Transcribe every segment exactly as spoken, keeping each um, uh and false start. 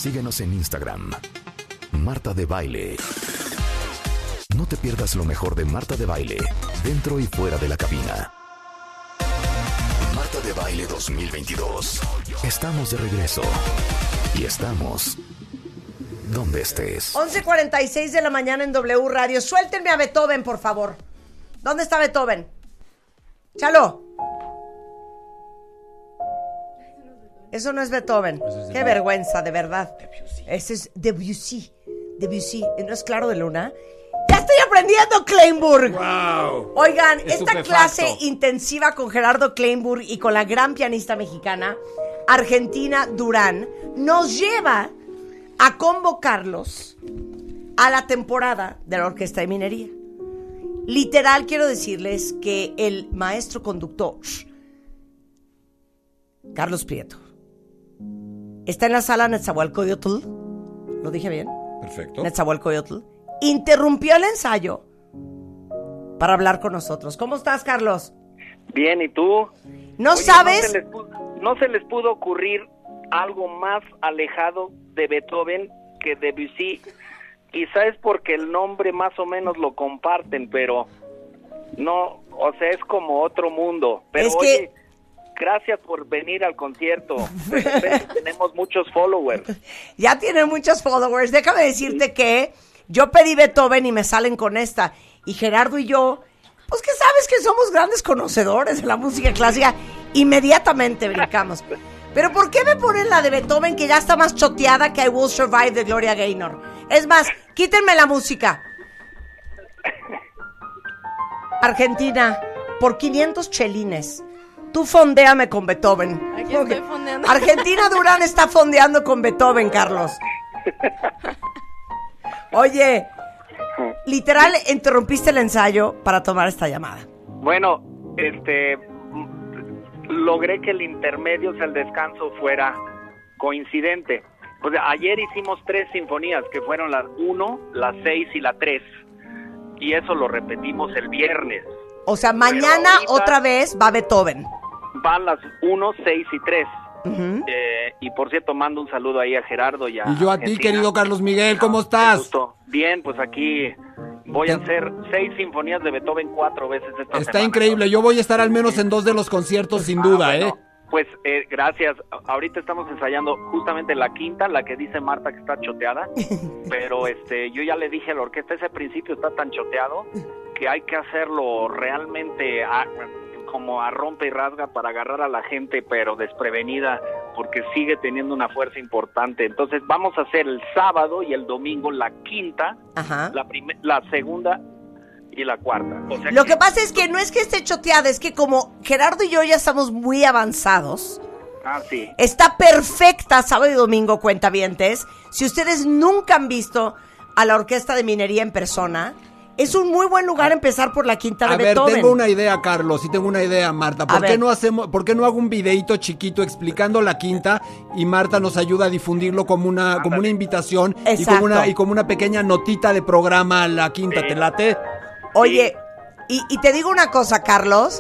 Síguenos en Instagram, Marta de Baile. No te pierdas lo mejor de Marta de Baile, dentro y fuera de la cabina. Marta de Baile dos mil veintidós. Estamos de regreso. Y estamos donde estés. once cuarenta y seis de la mañana en W Radio. Suéltenme a Beethoven, por favor. ¿Dónde está Beethoven? Chalo. Eso no es Beethoven. Es Qué vergüenza, de verdad. Debussy. Ese es Debussy. Debussy. ¿No es Claro de Luna? ¡Ya estoy aprendiendo, Kleinburg! Wow. Oigan, Es esta clase intensiva con Gerardo Kleinburg y con la gran pianista mexicana Argentina Durán nos lleva a convocarlos a la temporada de la Orquesta de Minería. Literal, quiero decirles que el maestro conductor Carlos Prieto está en la sala Netzahualcóyotl. ¿Lo dije bien? Perfecto. Netzahualcóyotl. Interrumpió el ensayo para hablar con nosotros. ¿Cómo estás, Carlos? Bien, ¿y tú? ¿No Oye, sabes? No se, les pudo, no se les pudo ocurrir algo más alejado de Beethoven que Debussy. Quizá es porque el nombre más o menos lo comparten, pero no, o sea, es como otro mundo. Pero es oye, que... gracias por venir al concierto. Tenemos muchos followers. Ya tienen muchos followers. Déjame decirte que yo pedí Beethoven y me salen con esta. Y Gerardo y yo, pues que sabes que somos grandes conocedores de la música clásica. Inmediatamente brincamos. Pero ¿por qué me ponen la de Beethoven que ya está más choteada que I Will Survive de Gloria Gaynor? Es más, quítenme la música. Argentina, por quinientos chelines, tú fondéame con Beethoven. Aquí estoy fondeando. Argentina Durán está fondeando con Beethoven, Carlos. Oye, literal, interrumpiste el ensayo para tomar esta llamada. Bueno, este, logré que el intermedio, o sea, el descanso fuera coincidente. O sea, ayer hicimos tres sinfonías, que fueron las uno, las seis y la tres. Y eso lo repetimos el viernes. O sea, mañana otra vez va Beethoven. Van las uno, seis y tres. Uh-huh. Eh, y por cierto, mando un saludo ahí a Gerardo y a Y yo a ti, Argentina. querido Carlos Miguel, ¿cómo estás? Justo. Bien, pues aquí voy a hacer seis sinfonías de Beethoven cuatro veces esta Está semana. increíble, yo voy a estar al menos en dos de los conciertos sin duda, Ah, bueno, ¿eh? Pues eh, gracias, ahorita estamos ensayando justamente la quinta, la que dice Marta que está choteada, pero este yo ya le dije a la orquesta, ese principio está tan choteado que hay que hacerlo realmente a, como a rompe y rasga para agarrar a la gente, pero desprevenida, porque sigue teniendo una fuerza importante. Entonces vamos a hacer el sábado y el domingo la quinta, Ajá. la, prime- la segunda y la cuarta. O sea Lo que pasa es que no es que esté choteada, es que como Gerardo y yo ya estamos muy avanzados, Ah, sí. está perfecta sábado y domingo, cuentavientes. Si ustedes nunca han visto a la Orquesta de Minería en persona, es un muy buen lugar empezar por la quinta de A ver, Beethoven. tengo una idea, Carlos, y tengo una idea, Marta. ¿Por A qué ver. no hacemos, por qué no hago un videito chiquito explicando la quinta y Marta nos ayuda a difundirlo como una, como una invitación y Exacto. como una, y como una pequeña notita de programa a la quinta? Sí. ¿Te late? Oye, y, y te digo una cosa, Carlos.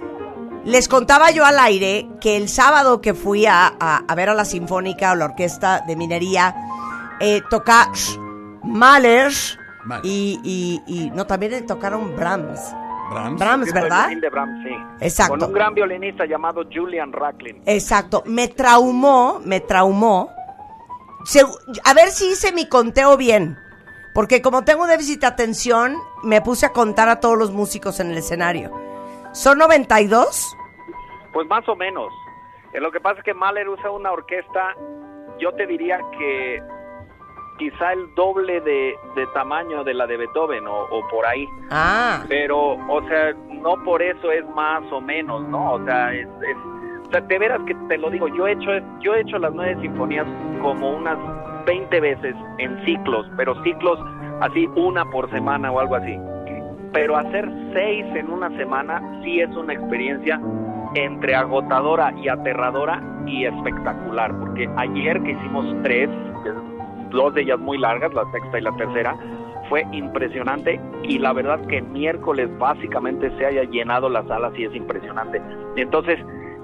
Les contaba yo al aire que el sábado que fui a, a, a ver a la Sinfónica o la Orquesta de Minería, eh, toca Mahler Mahler. y, y, y no, también le tocaron Brahms. Brahms. Brahms, Sí, ¿verdad? el violín de Brahms, sí. Exacto. Con un gran violinista llamado Julian Racklin. Exacto. Me traumó, me traumó. Segu- a ver si hice mi conteo bien. Porque como tengo déficit de atención, me puse a contar a todos los músicos en el escenario. ¿Son noventa y dos? Pues más o menos. Eh, Lo que pasa es que Mahler usa una orquesta, yo te diría que quizá el doble de, de tamaño de la de Beethoven o, o por ahí. Ah. Pero, o sea, no por eso es más o menos, ¿no? O sea, es, es, o sea, de veras que te lo digo, yo he hecho, yo he hecho las nueve sinfonías como unas veinte veces en ciclos, pero ciclos así una por semana o algo así. Pero hacer seis en una semana sí es una experiencia entre agotadora y aterradora y espectacular, porque ayer que hicimos tres, dos de ellas muy largas, la sexta y la tercera, fue impresionante, y la verdad que miércoles básicamente se haya llenado la sala sí es impresionante. Entonces,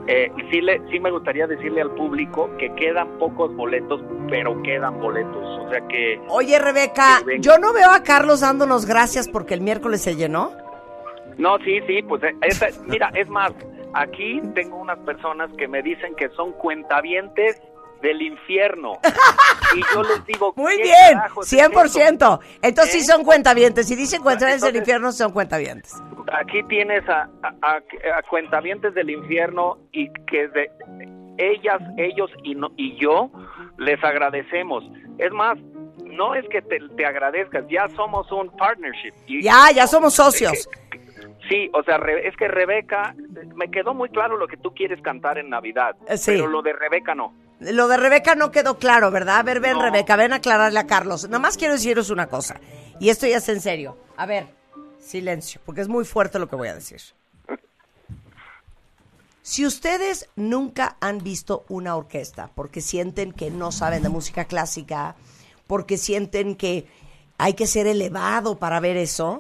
Eh, sí, le, sí me gustaría decirle al público que quedan pocos boletos, pero quedan boletos. O sea que... Oye, Rebeca, que yo no veo a Carlos dándonos gracias porque el miércoles se llenó. No, sí, sí, pues esa, mira, es más, aquí tengo unas personas que me dicen que son cuentavientes del infierno. Y yo les digo... Muy ¿qué bien, carajos es cien por ciento. esto? Entonces ¿Eh? sí son cuentavientes. Si dicen cuentavientes del Entonces- infierno, son cuentavientes. Aquí tienes a, a, a- a cuentavientes del infierno y que de ellas, ellos y, no, y yo les agradecemos. Es más, no es que te, te agradezcas, ya somos un partnership. Y- Ya, ya somos socios. Sí, o sea, Re- es que Rebeca, me quedó muy claro lo que tú quieres cantar en Navidad, Eh, sí. pero lo de Rebeca no. Lo de Rebeca no quedó claro, ¿verdad? A ver, ven, No. Rebeca, ven a aclararle a Carlos. Nada más quiero deciros una cosa. Y esto ya es en serio. A ver, silencio, porque es muy fuerte lo que voy a decir. Si ustedes nunca han visto una orquesta porque sienten que no saben de música clásica, porque sienten que hay que ser elevado para ver eso,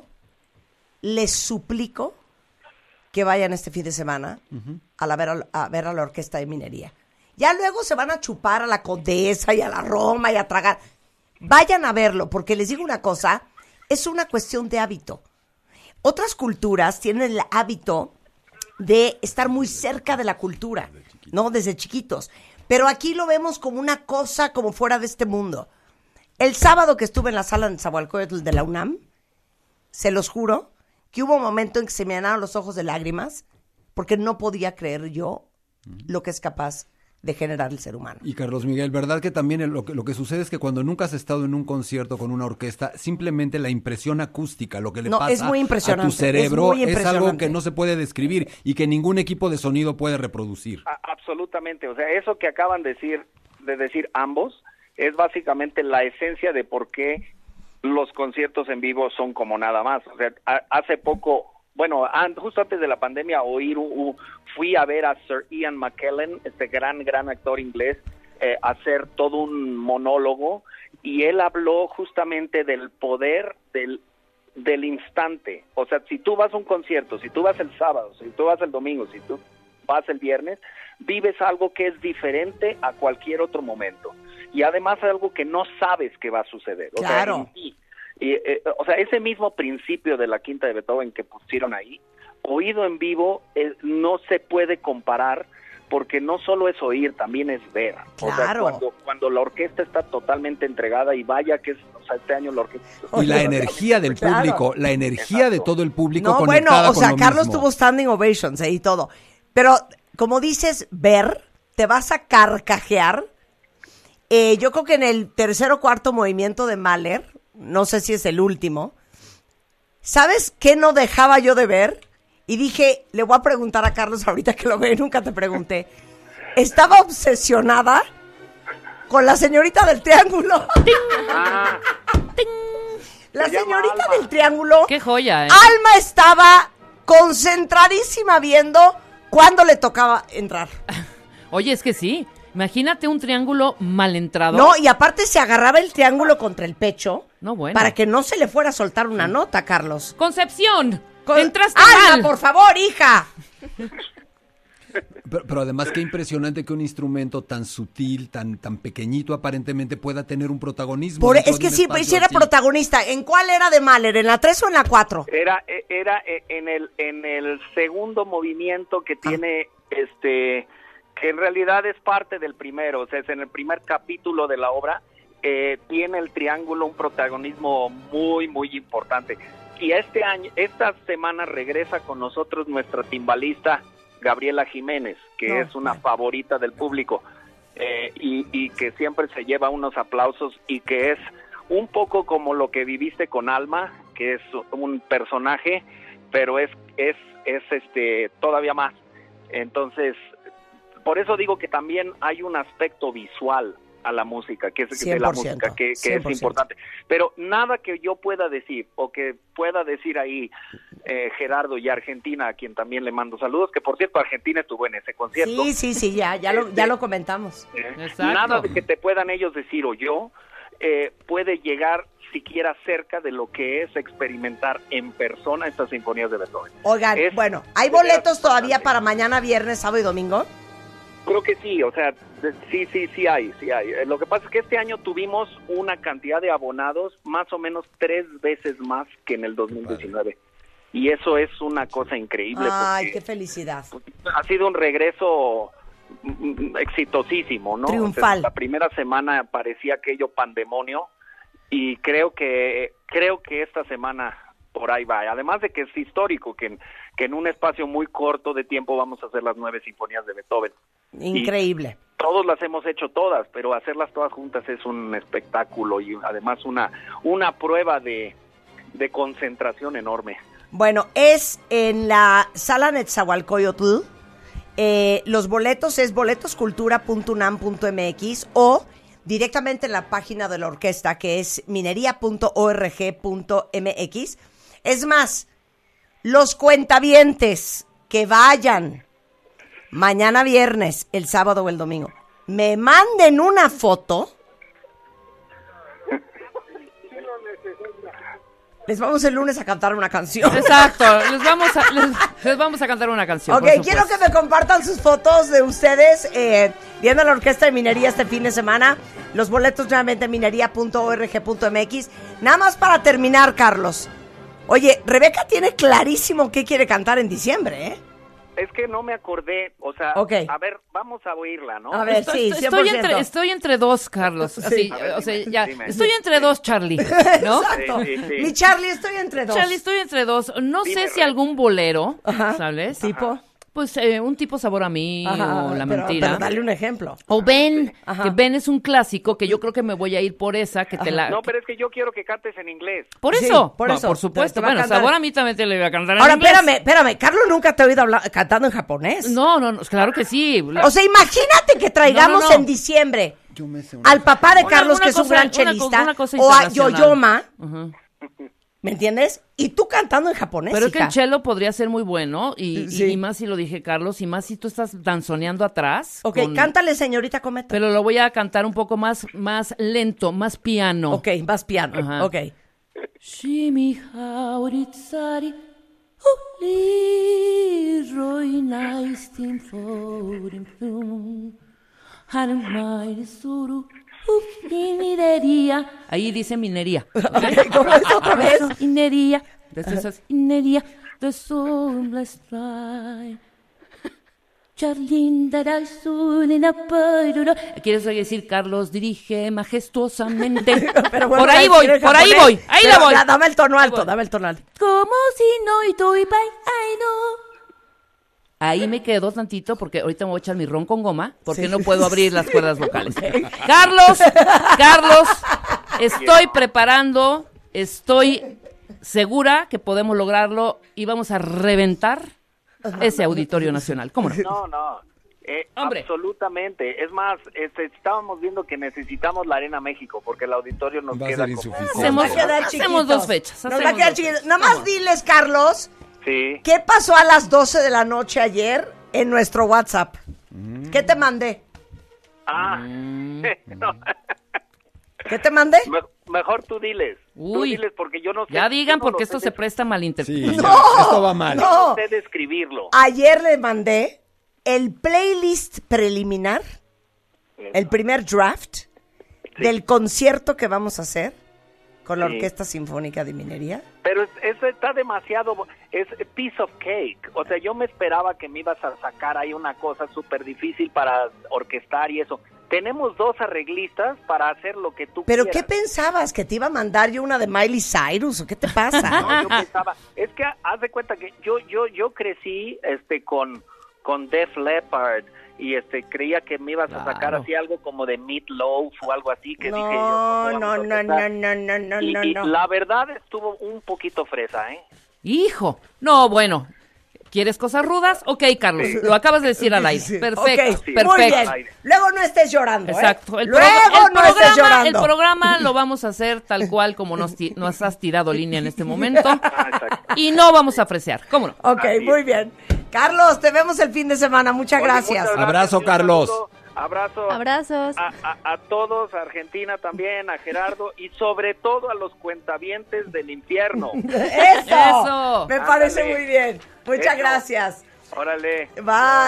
les suplico que vayan este fin de semana a, la ver, a, a ver a la Orquesta de Minería. Ya luego se van a chupar a la Condesa y a la Roma y a tragar. Vayan a verlo, porque les digo una cosa, es una cuestión de hábito. Otras culturas tienen el hábito de estar muy cerca de la cultura, ¿no? Desde chiquitos. Pero aquí lo vemos como una cosa como fuera de este mundo. El sábado que estuve en la sala de Nezahualcóyotl de la UNAM, se los juro que hubo un momento en que se me llenaron los ojos de lágrimas porque no podía creer yo lo que es capaz de generar el ser humano. Y Carlos Miguel, ¿verdad que también lo que, lo que sucede es que cuando nunca has estado en un concierto con una orquesta, simplemente la impresión acústica, lo que le No, pasa es muy impresionante, a tu cerebro, es muy es, algo impresionante. que no se puede describir y que ningún equipo de sonido puede reproducir? A- absolutamente, o sea, eso que acaban de decir, de decir ambos, es básicamente la esencia de por qué los conciertos en vivo son como nada más. O sea, a- hace poco, bueno, an- justo antes de la pandemia, oír, u- u- fui a ver a Sir Ian McKellen, este gran, gran actor inglés, eh, hacer todo un monólogo, y él habló justamente del poder del del instante. O sea, si tú vas a un concierto, si tú vas el sábado, si tú vas el domingo, si tú vas el viernes, vives algo que es diferente a cualquier otro momento. Y además algo que no sabes que va a suceder. O Claro. sea, en ti. Y, eh, o sea, ese mismo principio de la quinta de Beethoven que pusieron ahí, oído en vivo, eh, no se puede comparar, porque no solo es oír, también es ver. O sea, Claro. cuando, cuando la orquesta está totalmente entregada, y vaya que es, o sea, este año la orquesta... Y la energía del Claro. público, la energía de Exacto. todo el público No, conectada bueno, o con sea, lo Carlos mismo. tuvo standing ovations eh, y todo. Pero, como dices, ver, te vas a carcajear. Eh, yo creo que en el tercer o cuarto movimiento de Mahler, no sé si es el último, ¿sabes qué no dejaba yo de ver? Y dije, le voy a preguntar a Carlos ahorita que lo ve, nunca te pregunté. Estaba obsesionada con la señorita del triángulo. Ah, La Se llama señorita Alma. del triángulo. Qué joya, ¿eh? Alma estaba concentradísima viendo cuándo le tocaba entrar. Oye, es que sí. Imagínate un triángulo mal entrado. No, y aparte se agarraba el triángulo contra el pecho. No, bueno. Para que no se le fuera a soltar una nota, Carlos. Concepción. Con- Entraste Alma, mal. por favor, hija. Pero, pero además qué impresionante que un instrumento tan sutil, tan tan pequeñito aparentemente pueda tener un protagonismo. Por- dentro es de que un sí, espacio sí era así. protagonista. ¿En cuál era de Mahler? ¿En la tres o en la cuatro? Era era en el en el segundo movimiento que tiene este que en realidad es parte del primero, o sea, es en el primer capítulo de la obra, eh, tiene el triángulo un protagonismo muy muy importante. Y este año, esta semana regresa con nosotros nuestra timbalista Gabriela Jiménez, que No, es una bueno. favorita del público, eh, y, y que siempre se lleva unos aplausos, y que es un poco como lo que viviste con Alma, que es un personaje, pero es es es este todavía más. Entonces, por eso digo que también hay un aspecto visual a la música, que es de cien la por ciento, música que, que cien por es ciento. importante. Pero nada que yo pueda decir o que pueda decir ahí eh, Gerardo y Argentina, a quien también le mando saludos, que por cierto Argentina estuvo en ese concierto. Sí, sí, sí, ya, ya lo, ya lo comentamos. Eh, Exacto. Nada de que te puedan ellos decir o yo eh, puede llegar siquiera cerca de lo que es experimentar en persona estas sinfonías de Beethoven. Oigan, Es bueno, ¿hay de veras boletos todavía importante. para mañana, viernes, sábado y domingo? Creo que sí, o sea, sí, sí, sí hay, sí hay. Eh, Lo que pasa es que este año tuvimos una cantidad de abonados más o menos tres veces más que en el dos mil diecinueve. Y eso es una cosa increíble. Ay, porque qué felicidad. ha sido un regreso mm, exitosísimo, ¿no? Triunfal. O sea, la primera semana parecía aquello pandemonio y creo que creo que esta semana por ahí va. Además de que es histórico que en, que en un espacio muy corto de tiempo vamos a hacer las nueve sinfonías de Beethoven. Increíble. Y todos las hemos hecho todas, pero hacerlas todas juntas es un espectáculo y además una una prueba de, de concentración enorme. Bueno, es en la Sala Netzahualcóyotl. Eh, los boletos es boletoscultura punto unam punto m x o directamente en la página de la orquesta, que es minería punto org punto m x. Es más, los cuentavientes que vayan mañana viernes, el sábado o el domingo, me manden una foto. Les vamos el lunes a cantar una canción. Exacto, les vamos a, les, les vamos a cantar una canción. Ok, por quiero supuesto. que me compartan sus fotos de ustedes eh, viendo la Orquesta de Minería este fin de semana. Los boletos nuevamente en minería punto org punto m x. Nada más para terminar, Carlos. Oye, Rebeca tiene clarísimo qué quiere cantar en diciembre, ¿eh? Es que no me acordé, o sea, Ok. a ver, vamos a oírla, ¿no? A ver, Estoy, sí, estoy- cien por estoy ciento. entre, estoy entre dos, Carlos. Así, A ver, o sea, dime, ya, dime. estoy entre dos, Charlie, ¿no? Exacto. Sí, sí, sí. Mi Charlie, estoy entre dos. Charlie, estoy entre dos. No Dime, sé si Rebe. algún bolero, Ajá. ¿sabes? ¿Tipo? Pues eh, un tipo sabor a mí Ajá, o la pero- mentira. Pero dale un ejemplo. O Ben, Ajá. que Ben es un clásico, que yo creo que me voy a ir por esa, que te la... No, pero es que yo quiero que cantes en inglés. Por Sí, eso, por por, eso. por Te- supuesto. te va a Bueno, cantar. sabor a mí también te le voy a cantar en Ahora, inglés. espérame, espérame. Carlos nunca te ha oído hablar- cantando en japonés. No, no, no, claro que sí. O sea, imagínate que traigamos No, no, no. en diciembre Yo me sé una- al papá de Una- Carlos, una que es un cosa- gran una co- chelista, una cosa o a internacional. Yoyoma, Ujú. ¿me entiendes? Y tú cantando en japonés, Pero es que hija. el cello podría ser muy bueno, y, y- Sí. y más si lo dije, Carlos, y más si tú estás danzoneando atrás. Ok, con- cántale, señorita Cometa. Pero lo voy a cantar un poco más, más lento, más piano. Ok, vas piano. Ajá. Ok. Shimi hauritsari uli roi naistin forin plum hanmai suru ufni minería. Ahí dice minería. ¿Cómo es otra vez? Minería. Después es minería. The sunless sky. Charlinda da sur en aparo. ¿Quieres decir, Carlos dirige majestuosamente? Pero bueno, por ahí hay voy, que ir en por ahí japonés. voy, ahí Pero la voy. ya, dame el tono Ahí alto, voy. dame el tono alto. Como si no estoy pai, ay no. Ahí me quedo tantito porque ahorita me voy a echar mi ron con goma porque Sí. no puedo abrir las cuerdas vocales. Carlos, Carlos, estoy preparando, estoy segura que podemos lograrlo y vamos a reventar ese Auditorio Nacional. ¿Cómo no? No, no. Eh, Hombre. Absolutamente. Es más, este, estábamos viendo que necesitamos la Arena México porque el auditorio nos Va a queda ser como- insuficiente. Hacemos, Nos va a quedar hacemos chiquitos. dos fechas. Nos va a hacemos quedar dos chiquito. fechas. Nada más Vamos. diles, Carlos, Sí. ¿qué pasó a las doce de la noche ayer en nuestro WhatsApp? ¿Qué te mandé? Ah. Mm. No. ¿Qué te mandé? Me- mejor tú diles. Tú Uy. diles porque yo no sé. Ya digan yo no porque lo esto sé se des- presta a Sí, malinterpretación. ya, esto va mal. no. no sé describirlo. Ayer le mandé el playlist preliminar, el primer draft del concierto que vamos a hacer con la Sí. Orquesta Sinfónica de Minería. Pero es- eso está demasiado, es piece of cake. O sea, yo me esperaba que me ibas a sacar ahí una cosa súper difícil para orquestar y eso. Tenemos dos arreglistas para hacer lo que tú ¿Pero qué quieras. pensabas? ¿Que te iba a mandar yo una de Miley Cyrus o qué te pasa? No, yo pensaba, es que haz de cuenta que yo yo yo crecí este con con Def Leppard y este creía que me ibas a sacar Claro. así algo como de Meat Loaf o algo así que No, dije yo, ¿cómo no, vamos a no, no, orquestar? no, no, no, y, no, y no. la verdad estuvo un poquito fresa, ¿eh? Hijo, no, bueno. ¿Quieres cosas rudas? Ok, Carlos, lo acabas de decir al aire. Sí. Perfecto, Ok, perfecto. muy bien. Luego no estés llorando, ¿eh? Exacto. El, Luego pro- el no estés programa, llorando. el programa lo vamos a hacer tal cual como nos, ti- nos has tirado línea en este momento. Ah, exacto. Y no vamos a fresear, ¿cómo no? Ok, Así muy es. bien. Carlos, te vemos el fin de semana. Muchas Oye, gracias. muchas Abrazo, y un Carlos. saludo, Abrazo. Abrazos. A, a- a todos, a Argentina también, a Gerardo y sobre todo a los cuentavientes del infierno. Eso. Eso. Me parece Ándale. muy bien. Muchas Eso. gracias. Órale. Bye.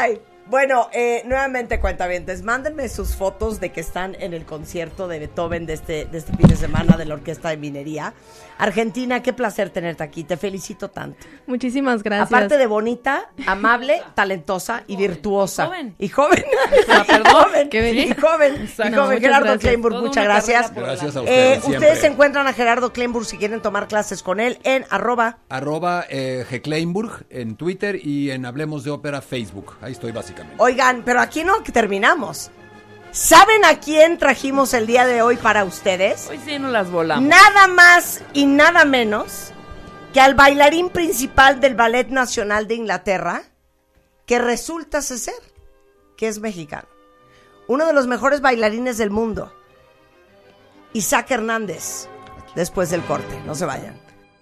Bueno, eh, nuevamente, cuentavientes, mándenme sus fotos de que están en el concierto de Beethoven de este, de este fin de semana de la Orquesta de Minería. Argentina, qué placer tenerte aquí, te felicito tanto. Muchísimas gracias. Aparte de bonita, amable, talentosa y virtuosa. Joven. Y joven. Ah, perdón. joven. Qué Y bien. joven. Exacto. Y No, joven. muchas Gerardo gracias. Kleinburg, Toda muchas una gracias. carrera por Gracias a Eh, ustedes. ustedes siempre. se encuentran a Gerardo Kleinburg si quieren tomar clases con él en arroba. Arroba eh, Kleinburg en Twitter y en Hablemos de Ópera Facebook. Ahí estoy básicamente. Oigan, pero aquí no terminamos. ¿Saben a quién trajimos el día de hoy para ustedes? Hoy sí no las volamos. Nada más y nada menos que al bailarín principal del Ballet Nacional de Inglaterra, que resulta ser que es mexicano. Uno de los mejores bailarines del mundo, Isaac Hernández, después del corte. No se vayan.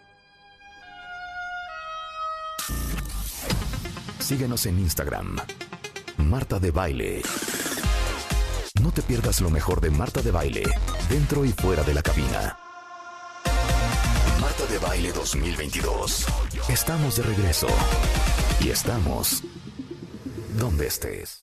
Síguenos en Instagram. Marta de Baile. No te pierdas lo mejor de Marta de Baile, dentro y fuera de la cabina. Marta de Baile dos mil veintidós. Estamos de regreso. Y estamos donde estés.